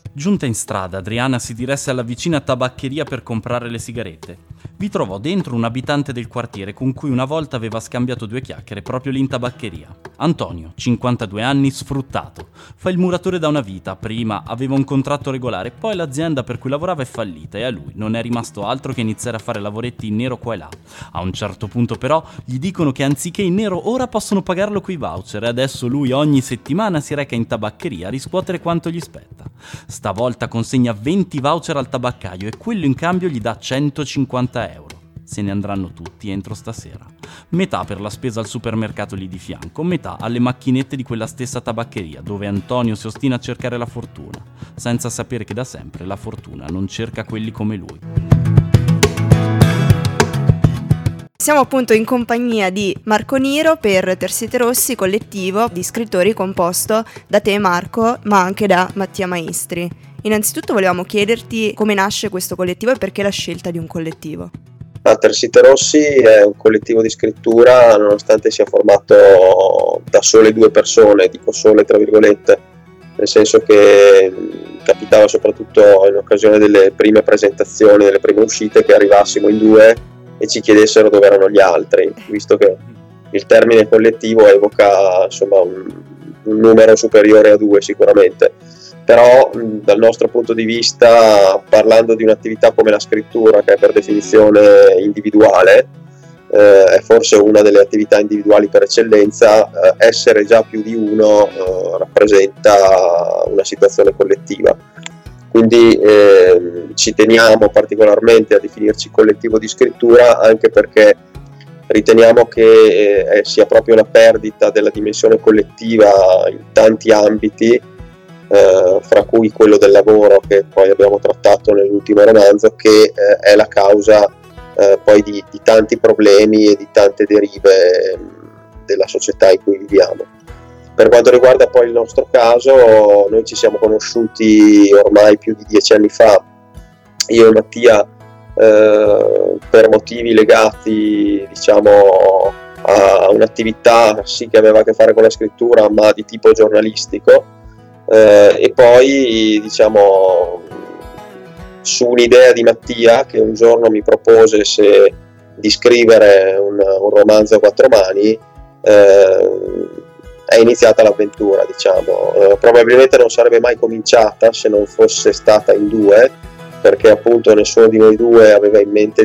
Giunta in strada, Adriana si diresse alla vicina tabaccheria per comprare le sigarette. Vi trovò dentro un abitante del quartiere con cui una volta aveva scambiato 2 chiacchiere proprio lì in tabaccheria. Antonio, 52 anni, sfruttato. Fa il muratore da una vita, prima aveva un contratto regolare, poi l'azienda per cui lavorava è fallita e a lui non è rimasto altro che iniziare a fare lavoretti in nero qua e là. A un certo punto però gli dicono che anziché in nero ora possono pagarlo coi voucher e adesso lui ogni settimana si reca in tabaccheria a riscuotere quanto gli spetta. Stavolta consegna 20 voucher al tabaccaio e quello in cambio gli dà 150 euro. Se ne andranno tutti entro stasera. Metà per la spesa al supermercato lì di fianco, metà alle macchinette di quella stessa tabaccheria, dove Antonio si ostina a cercare la fortuna, senza sapere che da sempre la fortuna non cerca quelli come lui. Siamo appunto in compagnia di Marco Niro per Tersite Rossi, collettivo di scrittori composto da te Marco, ma anche da Mattia Maestri. Innanzitutto volevamo chiederti come nasce questo collettivo e perché la scelta di un collettivo. Tersite Rossi è un collettivo di scrittura nonostante sia formato da sole 2 persone, dico sole tra virgolette, nel senso che capitava soprattutto in occasione delle prime presentazioni, delle prime uscite, che arrivassimo in 2 e ci chiedessero dove erano gli altri, visto che il termine collettivo evoca insomma un numero superiore a 2 sicuramente. Però dal nostro punto di vista, parlando di un'attività come la scrittura, che è per definizione individuale, è forse una delle attività individuali per eccellenza, essere già più di uno rappresenta una situazione collettiva. Quindi ci teniamo particolarmente a definirci collettivo di scrittura, anche perché riteniamo che sia proprio la perdita della dimensione collettiva in tanti ambiti, fra cui quello del lavoro, che poi abbiamo trattato nell'ultimo romanzo, che è la causa poi di tanti problemi e di tante derive della società in cui viviamo. Per quanto riguarda poi il nostro caso, noi ci siamo conosciuti ormai più di 10 anni fa, io e Mattia, per motivi legati diciamo a un'attività sì che aveva a che fare con la scrittura, ma di tipo giornalistico. E poi diciamo su un'idea di Mattia, che un giorno mi propose di scrivere un romanzo a 4 mani, è iniziata l'avventura, diciamo. Probabilmente non sarebbe mai cominciata se non fosse stata in 2, perché appunto nessuno di noi 2 aveva in mente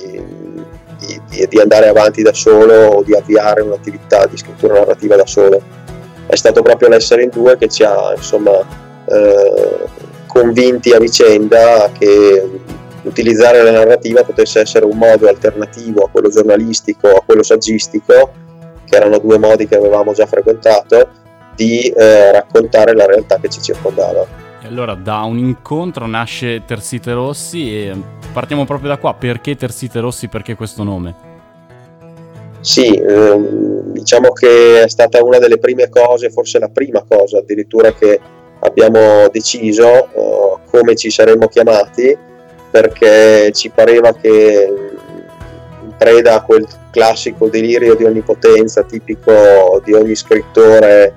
di andare avanti da solo o di avviare un'attività di scrittura narrativa da solo. È stato proprio l'essere in 2 che ci ha insomma convinti a vicenda che utilizzare la narrativa potesse essere un modo alternativo a quello giornalistico, a quello saggistico, che erano 2 modi che avevamo già frequentato, di raccontare la realtà che ci circondava. E allora da un incontro nasce Tersite Rossi e partiamo proprio da qua. Perché Tersite Rossi, perché questo nome? Sì, diciamo che è stata una delle prime cose, forse la prima cosa addirittura, che abbiamo deciso come ci saremmo chiamati, perché ci pareva che in preda a quel classico delirio di onnipotenza tipico di ogni scrittore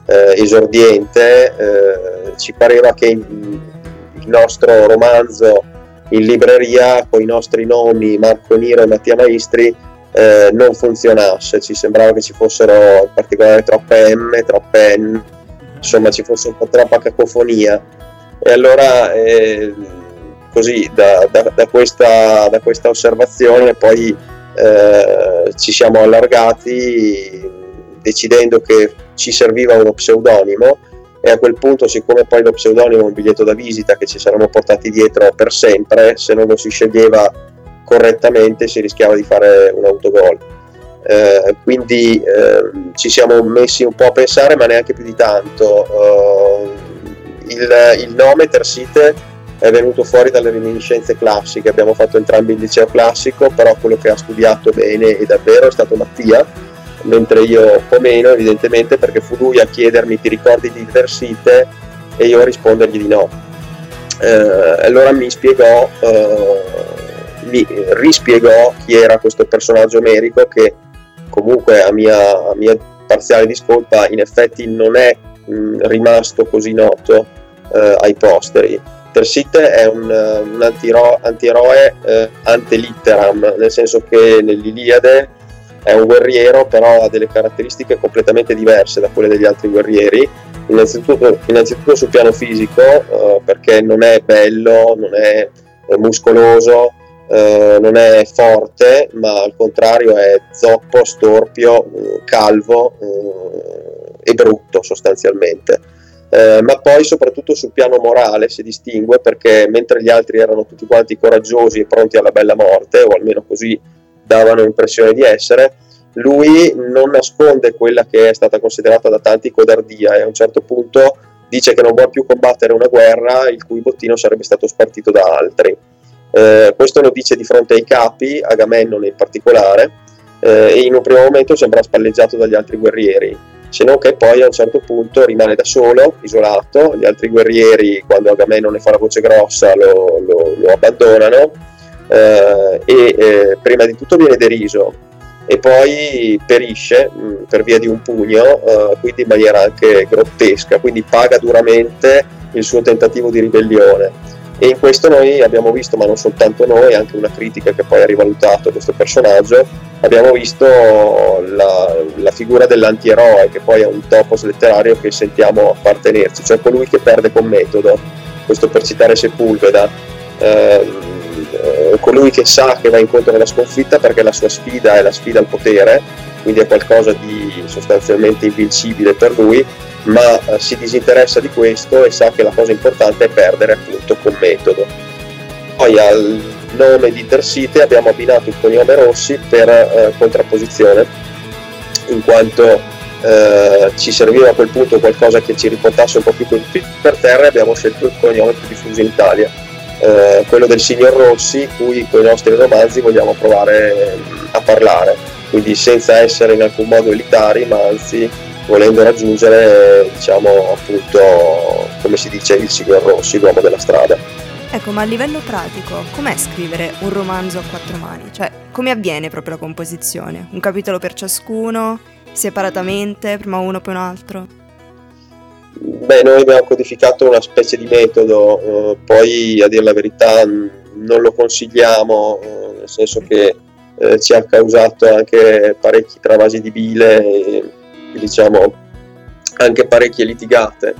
esordiente, ci pareva che il nostro romanzo in libreria con i nostri nomi Marco Niro e Mattia Maestri non funzionasse. Ci sembrava che ci fossero in particolare troppe M, troppe N, insomma ci fosse un po' troppa cacofonia, e allora così da questa osservazione poi ci siamo allargati, decidendo che ci serviva uno pseudonimo, e a quel punto, siccome poi lo pseudonimo è un biglietto da visita che ci saremmo portati dietro per sempre, se non lo si sceglieva correttamente si rischiava di fare un autogol. Quindi ci siamo messi un po' a pensare, ma neanche più di tanto. Il nome Tersite è venuto fuori dalle reminiscenze classiche. Abbiamo fatto entrambi il liceo classico, però quello che ha studiato bene e davvero è stato Mattia, mentre io un po' meno, evidentemente, perché fu lui a chiedermi: ti ricordi di Tersite? E io a rispondergli di no. Allora mi rispiegò chi era questo personaggio omerico, che comunque a mia parziale discolpa in effetti non è rimasto così noto, ai posteri. Tersite è un antieroe ante litteram, nel senso che nell'Iliade è un guerriero, però ha delle caratteristiche completamente diverse da quelle degli altri guerrieri. Innanzitutto sul piano fisico, perché non è bello, non è muscoloso, non è forte, ma al contrario è zoppo, storpio, calvo e brutto sostanzialmente. Ma poi soprattutto sul piano morale si distingue, perché mentre gli altri erano tutti quanti coraggiosi e pronti alla bella morte, o almeno così davano impressione di essere, lui non nasconde quella che è stata considerata da tanti codardia, e a un certo punto dice che non vuole più combattere una guerra il cui bottino sarebbe stato spartito da altri. Questo lo dice di fronte ai capi, Agamennone in particolare, e in un primo momento sembra spalleggiato dagli altri guerrieri, se non che poi a un certo punto rimane da solo, isolato. Gli altri guerrieri, quando Agamennone fa la voce grossa, lo abbandonano, e prima di tutto viene deriso e poi perisce per via di un pugno, quindi in maniera anche grottesca, quindi paga duramente il suo tentativo di ribellione. E in questo noi abbiamo visto, ma non soltanto noi, anche una critica che poi ha rivalutato questo personaggio, abbiamo visto la figura dell'antieroe, che poi è un topos letterario che sentiamo appartenerci, cioè colui che perde con metodo. Questo per citare Sepulveda, colui che sa che va incontro alla sconfitta perché la sua sfida è la sfida al potere, quindi è qualcosa di sostanzialmente invincibile per lui, ma si disinteressa di questo e sa che la cosa importante è perdere appunto con metodo. Poi al nome di Tersite abbiamo abbinato il cognome Rossi per contrapposizione, in quanto ci serviva a quel punto qualcosa che ci riportasse un po' più per terra, e abbiamo scelto il cognome più diffuso in Italia, quello del signor Rossi, cui con i nostri romanzi vogliamo provare a parlare, quindi senza essere in alcun modo elitari, ma anzi volendo raggiungere, diciamo, appunto, come si dice, il signor Rossi, l'uomo della strada. Ecco, ma a livello pratico, com'è scrivere un romanzo a 4 mani? Cioè, come avviene proprio la composizione? Un capitolo per ciascuno, separatamente, prima uno poi un altro? Beh, noi abbiamo codificato una specie di metodo, poi a dire la verità non lo consigliamo, nel senso che ci ha causato anche parecchi travasi di bile e, diciamo, anche parecchie litigate,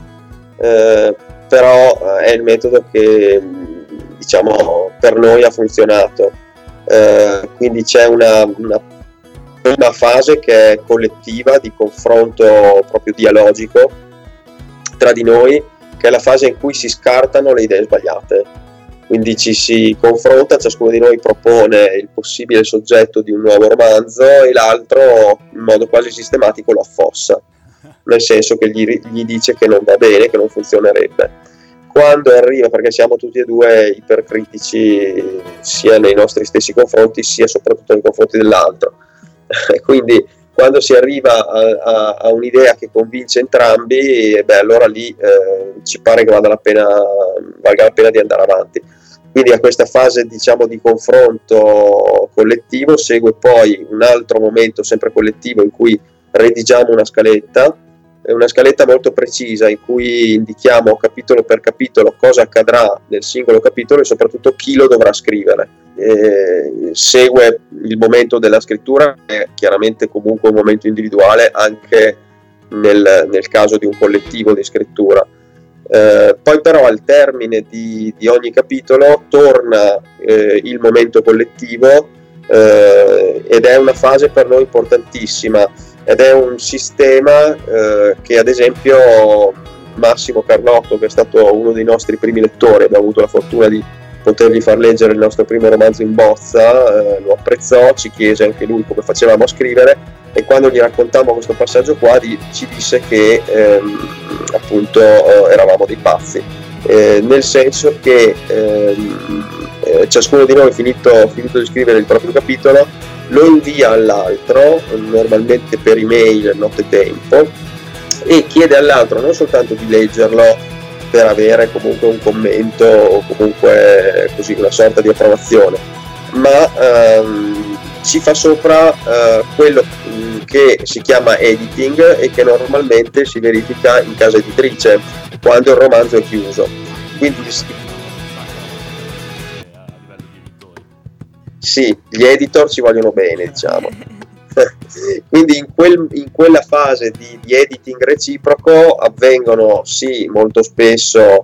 però è il metodo che, diciamo, per noi ha funzionato. Quindi c'è una prima fase che è collettiva, di confronto proprio dialogico tra di noi, che è la fase in cui si scartano le idee sbagliate. Quindi ci si confronta, ciascuno di noi propone il possibile soggetto di un nuovo romanzo e l'altro in modo quasi sistematico lo affossa, nel senso che gli dice che non va bene, che non funzionerebbe. Quando arriva, perché siamo tutti e due ipercritici sia nei nostri stessi confronti sia soprattutto nei confronti dell'altro, quindi quando si arriva a un'idea che convince entrambi, allora lì ci pare che valga la pena di andare avanti. Quindi a questa fase, diciamo, di confronto collettivo segue poi un altro momento sempre collettivo in cui redigiamo una scaletta molto precisa, in cui indichiamo capitolo per capitolo cosa accadrà nel singolo capitolo e soprattutto chi lo dovrà scrivere. Segue il momento della scrittura, che è chiaramente comunque un momento individuale anche nel caso di un collettivo di scrittura. Poi però al termine di ogni capitolo torna il momento collettivo, ed è una fase per noi importantissima, ed è un sistema che ad esempio Massimo Carlotto, che è stato uno dei nostri primi lettori, abbiamo avuto la fortuna di potergli far leggere il nostro primo romanzo in bozza, lo apprezzò, ci chiese anche lui come facevamo a scrivere, e quando gli raccontammo questo passaggio qua ci disse che appunto eravamo dei pazzi, nel senso che ciascuno di noi finito di scrivere il proprio capitolo lo invia all'altro, normalmente per email nottetempo, e chiede all'altro non soltanto di leggerlo per avere comunque un commento o comunque così una sorta di approvazione, ma ci fa sopra quello che si chiama editing e che normalmente si verifica in casa editrice quando il romanzo è chiuso. Quindi sì, gli editor ci vogliono bene, diciamo. Quindi in quella fase di editing reciproco avvengono sì molto spesso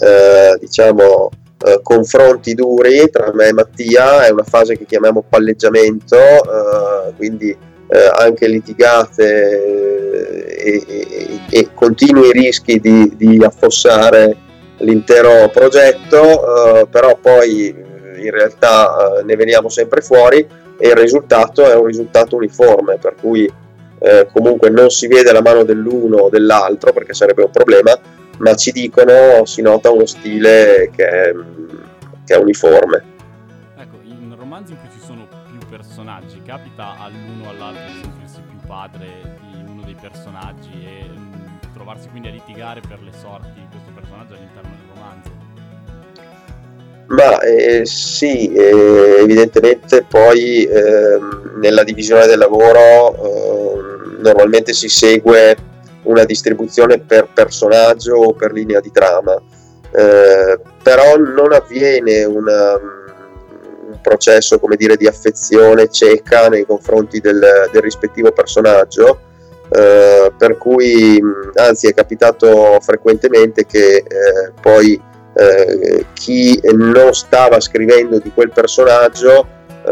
confronti duri tra me e Mattia. È una fase che chiamiamo palleggiamento, quindi anche litigate e continui rischi di affossare l'intero progetto, però poi in realtà ne veniamo sempre fuori e il risultato è un risultato uniforme, per cui comunque non si vede la mano dell'uno o dell'altro, perché sarebbe un problema, ma ci dicono, si nota uno stile che è uniforme. Ecco, in romanzi in cui ci sono più personaggi, capita all'uno o all'altro di sentirsi più padre di uno dei personaggi e trovarsi quindi a litigare per le sorti di questo personaggio all'interno del romanzo? Ma sì, evidentemente poi nella divisione del lavoro normalmente si segue una distribuzione per personaggio o per linea di trama, però non avviene un processo, come dire, di affezione cieca nei confronti del rispettivo personaggio, per cui anzi è capitato frequentemente che poi chi non stava scrivendo di quel personaggio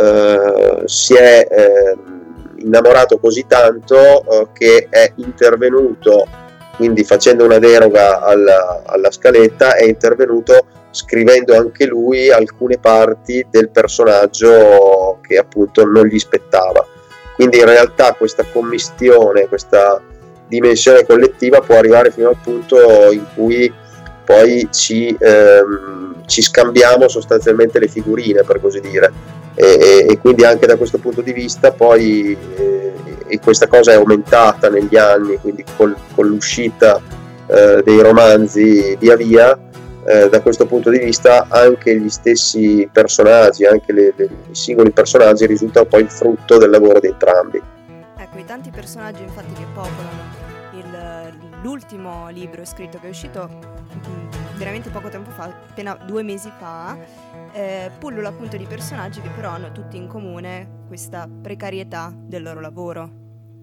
si è innamorato così tanto che è intervenuto, quindi facendo una deroga alla scaletta, è intervenuto scrivendo anche lui alcune parti del personaggio che appunto non gli spettava. Quindi in realtà questa commistione, questa dimensione collettiva può arrivare fino al punto in cui poi ci scambiamo sostanzialmente le figurine, per così dire, e quindi anche da questo punto di vista poi e questa cosa è aumentata negli anni, quindi con l'uscita dei romanzi via via, da questo punto di vista anche gli stessi personaggi, anche i singoli personaggi risultano poi il frutto del lavoro di entrambi. Ecco, i tanti personaggi infatti che popolano l'ultimo libro scritto che è uscito veramente poco tempo fa, appena 2 mesi fa, pullula appunto di personaggi che però hanno tutti in comune questa precarietà del loro lavoro.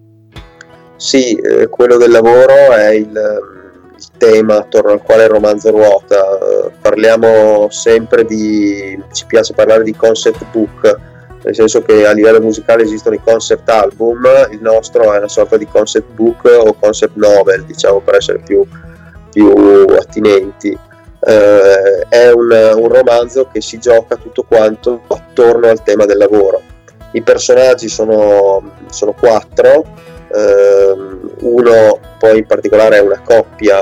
Sì, quello del lavoro è il tema attorno al quale il romanzo ruota. Parliamo sempre ci piace parlare di concept book, nel senso che a livello musicale esistono i concept album, il nostro è una sorta di concept book o concept novel, diciamo, per essere più attinenti. È un romanzo che si gioca tutto quanto attorno al tema del lavoro. I personaggi sono 4, uno poi in particolare è una coppia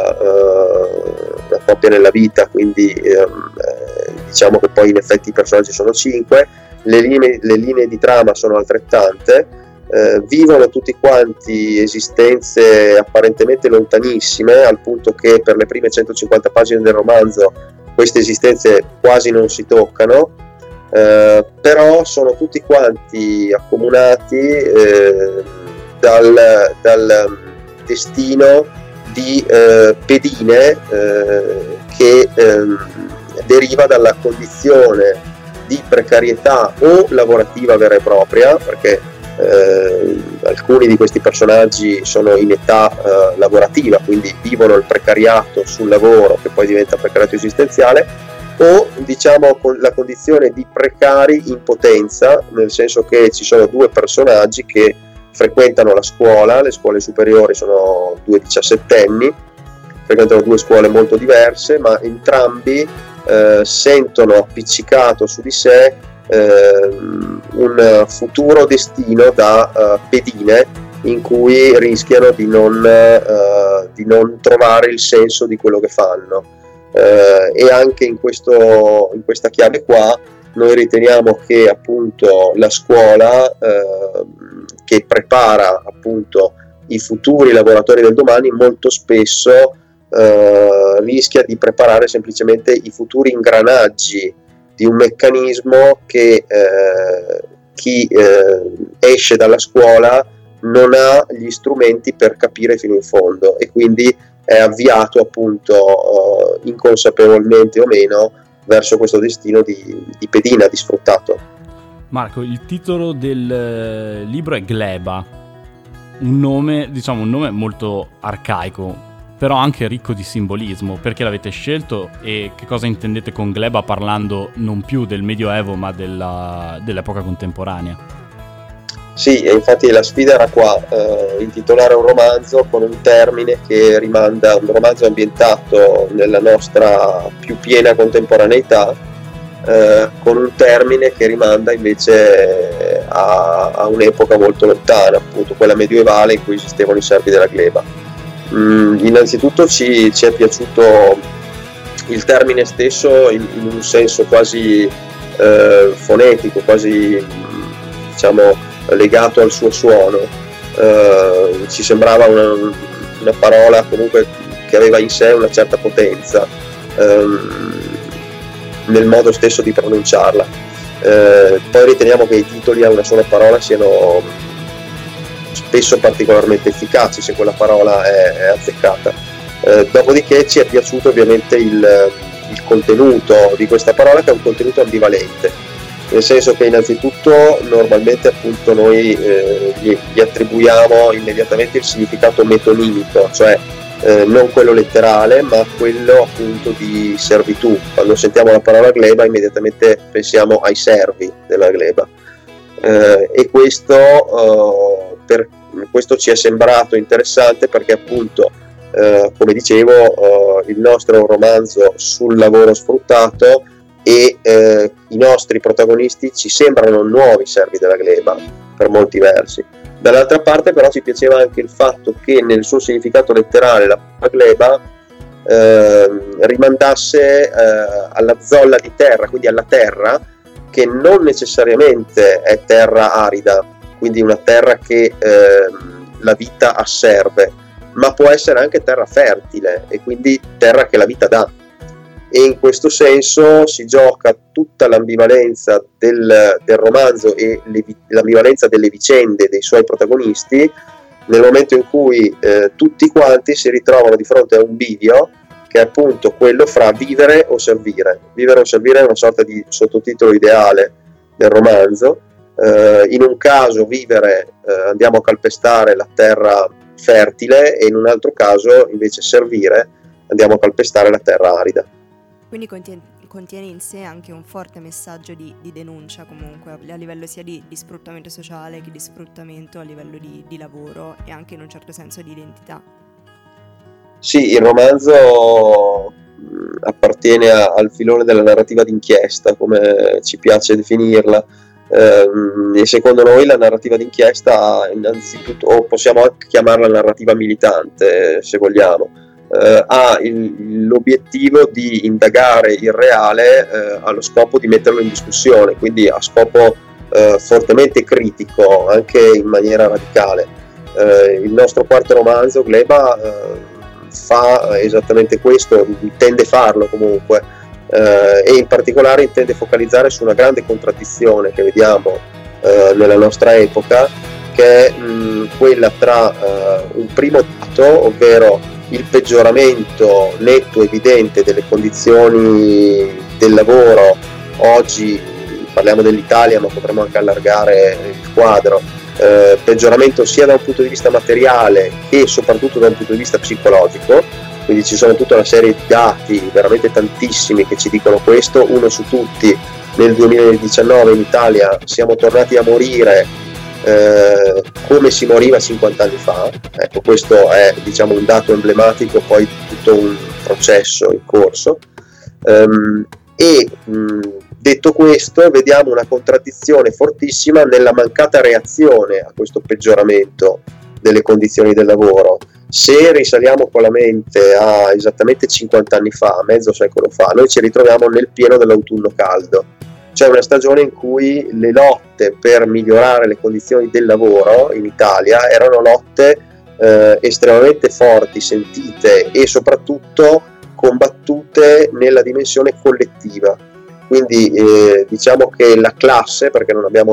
nella vita, quindi diciamo che poi in effetti i personaggi sono 5, le linee di trama sono altrettante, vivono tutti quanti esistenze apparentemente lontanissime, al punto che per le prime 150 pagine del romanzo queste esistenze quasi non si toccano, però sono tutti quanti accomunati dal destino di pedine che deriva dalla condizione di precarietà o lavorativa vera e propria, perché alcuni di questi personaggi sono in età lavorativa, quindi vivono il precariato sul lavoro che poi diventa precariato esistenziale, o diciamo con la condizione di precari in potenza, nel senso che ci sono 2 personaggi che frequentano la scuola, le scuole superiori, sono 2 diciassettenni, frequentano 2 scuole molto diverse, ma entrambi sentono appiccicato su di sé un futuro destino da pedine in cui rischiano di non trovare il senso di quello che fanno, e anche in questa chiave qua noi riteniamo che appunto la scuola che prepara appunto i futuri lavoratori del domani molto spesso rischia di preparare semplicemente i futuri ingranaggi di un meccanismo che chi esce dalla scuola non ha gli strumenti per capire fino in fondo, e quindi è avviato appunto inconsapevolmente o meno verso questo destino di pedina, di sfruttato. Marco, il titolo del libro è Gleba, un nome molto arcaico, però anche ricco di simbolismo. Perché l'avete scelto e che cosa intendete con gleba, parlando non più del Medioevo ma dell'epoca contemporanea? Sì, e infatti la sfida era qua, intitolare un romanzo con un termine che rimanda a un romanzo ambientato nella nostra più piena contemporaneità, con un termine che rimanda invece a un'epoca molto lontana, appunto quella medievale in cui esistevano i servi della gleba. Innanzitutto ci è piaciuto il termine stesso in un senso quasi fonetico, quasi legato al suo suono. Ci sembrava una parola comunque che aveva in sé una certa potenza nel modo stesso di pronunciarla. Poi riteniamo che i titoli a una sola parola siano spesso particolarmente efficaci se quella parola è azzeccata. Dopodiché ci è piaciuto ovviamente il contenuto di questa parola, che è un contenuto ambivalente, nel senso che innanzitutto normalmente appunto noi gli attribuiamo immediatamente il significato metonimico, cioè non quello letterale ma quello appunto di servitù. Quando sentiamo la parola gleba immediatamente pensiamo ai servi della gleba, e questo ci è sembrato interessante perché appunto come dicevo il nostro è un romanzo sul lavoro sfruttato e i nostri protagonisti ci sembrano nuovi servi della gleba per molti versi. Dall'altra parte però ci piaceva anche il fatto che nel suo significato letterale la gleba rimandasse alla zolla di terra, quindi alla terra, che non necessariamente è terra arida, quindi una terra che la vita asserve, ma può essere anche terra fertile e quindi terra che la vita dà. E in questo senso si gioca tutta l'ambivalenza del romanzo e l'ambivalenza delle vicende dei suoi protagonisti nel momento in cui tutti quanti si ritrovano di fronte a un bivio che è appunto quello fra vivere o servire. Vivere o servire è una sorta di sottotitolo ideale del romanzo. In un caso vivere, andiamo a calpestare la terra fertile, e in un altro caso invece servire, andiamo a calpestare la terra arida. Quindi contiene in sé anche un forte messaggio di denuncia comunque a livello sia di sfruttamento sociale che di sfruttamento a livello di lavoro e anche in un certo senso di identità. Sì, il romanzo appartiene al filone della narrativa d'inchiesta, come ci piace definirla, e secondo noi la narrativa d'inchiesta innanzitutto, o possiamo anche chiamarla narrativa militante se vogliamo, ha l'obiettivo di indagare il reale allo scopo di metterlo in discussione, quindi a scopo fortemente critico, anche in maniera radicale. Il nostro quarto romanzo, Gleba, fa esattamente questo, intende farlo comunque, e in particolare intende focalizzare su una grande contraddizione che vediamo nella nostra epoca, che è quella tra un primo dato, ovvero il peggioramento netto, evidente delle condizioni del lavoro. Oggi parliamo dell'Italia, ma potremmo anche allargare il quadro. Peggioramento sia da un punto di vista materiale che soprattutto da un punto di vista psicologico, quindi ci sono tutta una serie di dati, veramente tantissimi, che ci dicono questo. Uno su tutti: nel 2019 in Italia siamo tornati a morire come si moriva 50 anni fa. Ecco, questo è un dato emblematico poi di tutto un processo in corso, detto questo, vediamo una contraddizione fortissima nella mancata reazione a questo peggioramento delle condizioni del lavoro. Se risaliamo con la mente a esattamente 50 anni fa, mezzo secolo fa, noi ci ritroviamo nel pieno dell'autunno caldo, cioè una stagione in cui le lotte per migliorare le condizioni del lavoro in Italia erano lotte estremamente forti, sentite e soprattutto combattute nella dimensione collettiva. Quindi diciamo che la classe, perché non abbiamo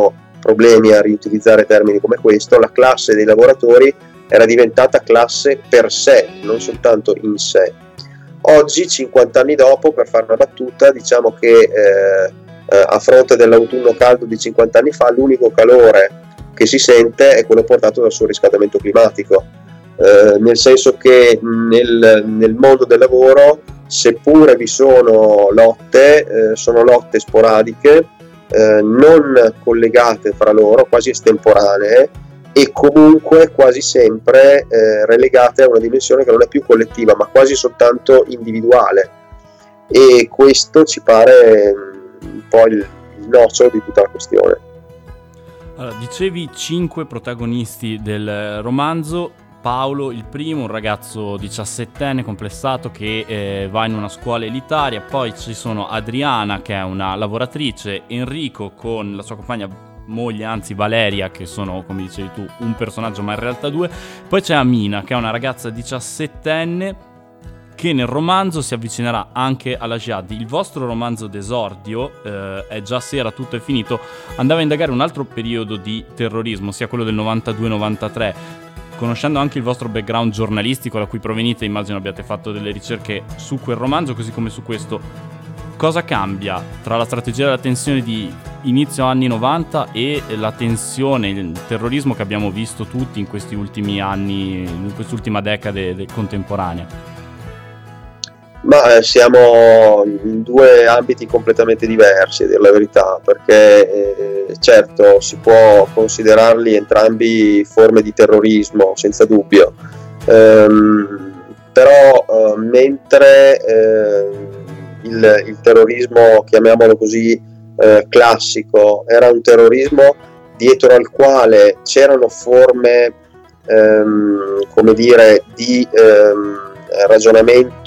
problemi a riutilizzare termini come questo, la classe dei lavoratori era diventata classe per sé, non soltanto in sé. Oggi, 50 anni dopo, per fare una battuta, diciamo che a fronte dell'autunno caldo di 50 anni fa, l'unico calore che si sente è quello portato dal surriscaldamento climatico, nel senso che nel mondo del lavoro, seppure vi sono lotte sporadiche, non collegate fra loro, quasi estemporanee, e comunque quasi sempre relegate a una dimensione che non è più collettiva ma quasi soltanto individuale, e questo ci pare un po' il nocciolo di tutta la questione. Allora, dicevi 5 protagonisti del romanzo. Paolo, il primo, un ragazzo 17enne complessato che va in una scuola elitaria, poi ci sono Adriana che è una lavoratrice, Enrico con la sua compagna moglie, anzi Valeria, che sono, come dicevi tu, un personaggio ma in realtà due, poi c'è Amina che è una ragazza 17enne che nel romanzo si avvicinerà anche alla jihad. Il vostro romanzo d'esordio, È già sera, tutto è finito, andava a indagare un altro periodo di terrorismo, sia quello del 92-93. Conoscendo anche il vostro background giornalistico da cui provenite, immagino abbiate fatto delle ricerche su quel romanzo così come su questo. Cosa cambia tra la strategia della tensione di inizio anni 90 e la tensione, il terrorismo che abbiamo visto tutti in questi ultimi anni, in quest'ultima decade contemporanea? Ma siamo in due ambiti completamente diversi, a dire la verità, perché certo si può considerarli entrambi forme di terrorismo, senza dubbio, però mentre il terrorismo, chiamiamolo così, classico, era un terrorismo dietro al quale c'erano forme, come dire, di ragionamento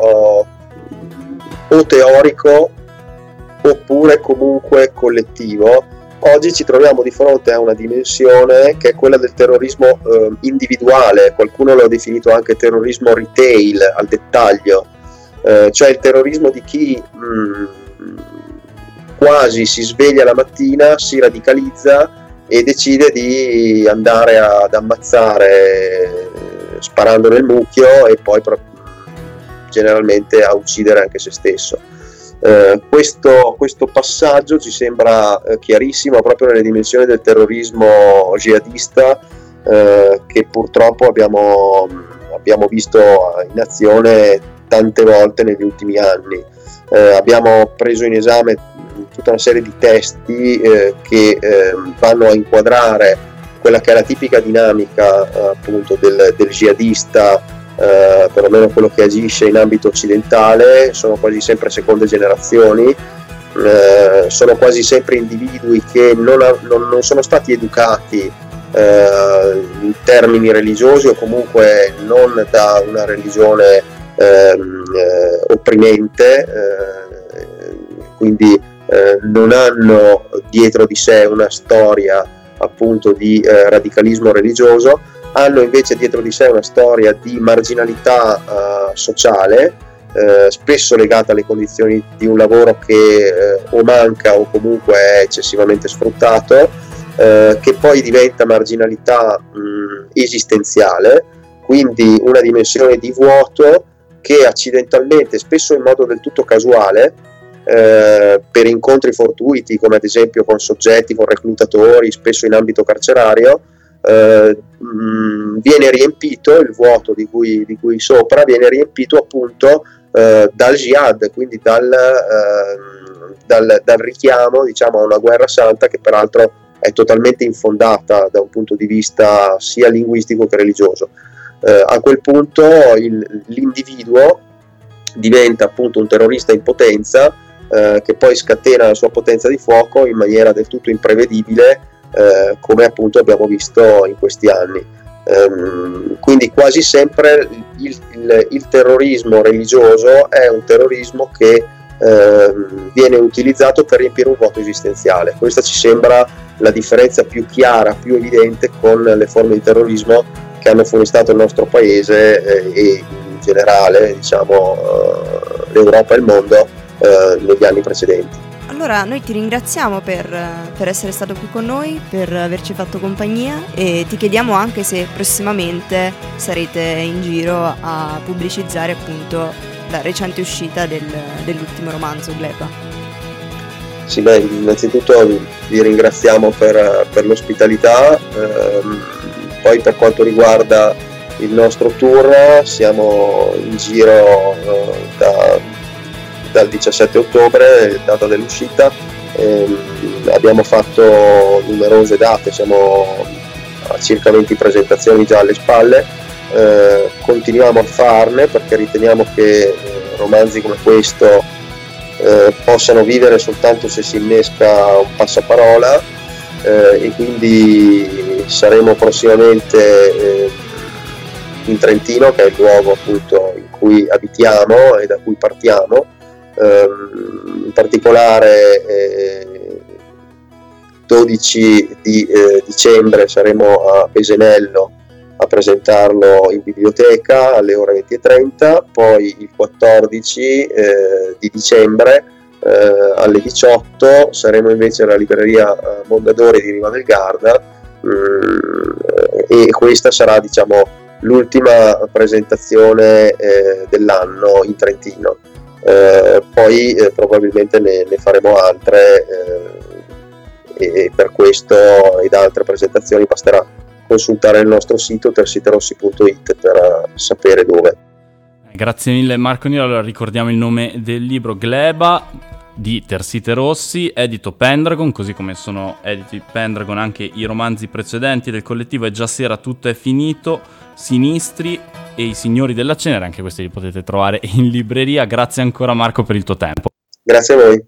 o teorico oppure comunque collettivo. Oggi ci troviamo di fronte a una dimensione che è quella del terrorismo individuale, qualcuno lo ha definito anche terrorismo retail, al dettaglio, cioè il terrorismo di chi quasi si sveglia la mattina, si radicalizza e decide di andare ad ammazzare sparando nel mucchio e poi generalmente a uccidere anche se stesso. Questo passaggio ci sembra chiarissimo proprio nelle dimensioni del terrorismo jihadista, che purtroppo abbiamo visto in azione tante volte negli ultimi anni. Abbiamo preso in esame tutta una serie di testi che vanno a inquadrare quella che è la tipica dinamica appunto del jihadista, perlomeno quello che agisce in ambito occidentale. Sono quasi sempre seconde generazioni, sono quasi sempre individui che non sono stati educati in termini religiosi o comunque non da una religione opprimente, quindi non hanno dietro di sé una storia appunto di radicalismo religioso, hanno invece dietro di sé una storia di marginalità sociale, spesso legata alle condizioni di un lavoro che o manca o comunque è eccessivamente sfruttato, che poi diventa marginalità esistenziale, quindi una dimensione di vuoto che accidentalmente, spesso in modo del tutto casuale, per incontri fortuiti come ad esempio con soggetti, con reclutatori, spesso in ambito carcerario, viene riempito, il vuoto di cui sopra viene riempito appunto dal jihad, quindi dal richiamo, diciamo, a una guerra santa che peraltro è totalmente infondata da un punto di vista sia linguistico che religioso. A quel punto l'individuo diventa appunto un terrorista in potenza, che poi scatena la sua potenza di fuoco in maniera del tutto imprevedibile, come appunto abbiamo visto in questi anni. Quindi quasi sempre il terrorismo religioso è un terrorismo che viene utilizzato per riempire un vuoto esistenziale. Questa ci sembra la differenza più chiara, più evidente con le forme di terrorismo che hanno funestato il nostro paese e in generale, diciamo, l'Europa e il mondo negli anni precedenti. Allora noi ti ringraziamo per essere stato qui con noi, per averci fatto compagnia, e ti chiediamo anche se prossimamente sarete in giro a pubblicizzare appunto la recente uscita dell'ultimo romanzo Gleba. Sì, beh, innanzitutto vi ringraziamo per l'ospitalità, poi per quanto riguarda il nostro tour siamo in giro dal 17 ottobre, data dell'uscita, abbiamo fatto numerose date, siamo a circa 20 presentazioni già alle spalle, continuiamo a farne perché riteniamo che romanzi come questo possano vivere soltanto se si innesca un passaparola, e quindi saremo prossimamente in Trentino, che è il luogo appunto in cui abitiamo e da cui partiamo. In particolare 12 di dicembre saremo a Pesenello a presentarlo in biblioteca alle ore 20:30, poi il 14 di dicembre alle 18 saremo invece alla libreria Mondadori di Riva del Garda, e questa sarà, diciamo, l'ultima presentazione dell'anno in Trentino. Poi probabilmente ne faremo altre, e per questo ed altre presentazioni basterà consultare il nostro sito tersiterossi.it per sapere dove. Grazie mille Marco Niro. Allora ricordiamo il nome del libro: Gleba di Tersite Rossi, edito Pendragon, così come sono editi Pendragon anche i romanzi precedenti del collettivo E già sera tutto è finito, Sinistri e I signori della cenere, anche questi li potete trovare in libreria. Grazie ancora Marco per il tuo tempo. Grazie a voi.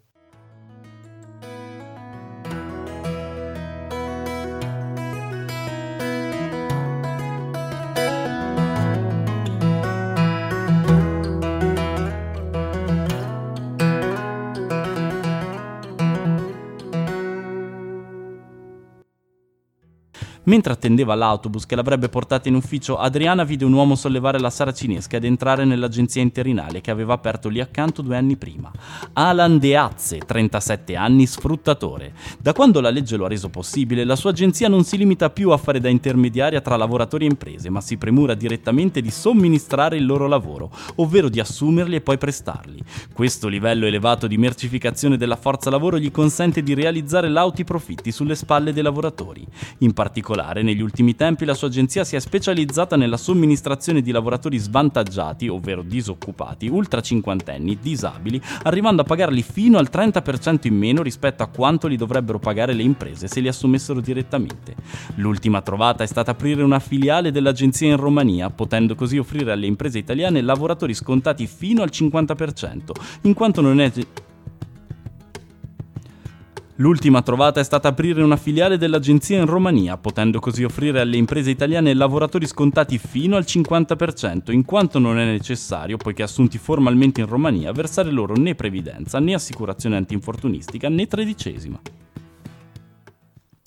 Mentre attendeva l'autobus che l'avrebbe portata in ufficio, Adriana vide un uomo sollevare la saracinesca ed entrare nell'agenzia interinale che aveva aperto lì accanto 2 anni prima. Alan Deazze, 37 anni, sfruttatore. Da quando la legge lo ha reso possibile, la sua agenzia non si limita più a fare da intermediaria tra lavoratori e imprese, ma si premura direttamente di somministrare il loro lavoro, ovvero di assumerli e poi prestarli. Questo livello elevato di mercificazione della forza lavoro gli consente di realizzare lauti profitti sulle spalle dei lavoratori. In particolare, negli ultimi tempi la sua agenzia si è specializzata nella somministrazione di lavoratori svantaggiati, ovvero disoccupati, ultra cinquantenni, disabili, arrivando a pagarli fino al 30% in meno rispetto a quanto li dovrebbero pagare le imprese se li assumessero direttamente. L'ultima trovata è stata aprire una filiale dell'agenzia in Romania, potendo così offrire alle imprese italiane lavoratori scontati fino al 50%, in quanto non è... L'ultima trovata è stata aprire una filiale dell'agenzia in Romania, potendo così offrire alle imprese italiane lavoratori scontati fino al 50%, in quanto non è necessario, poiché assunti formalmente in Romania, versare loro né previdenza, né assicurazione antinfortunistica, né tredicesima.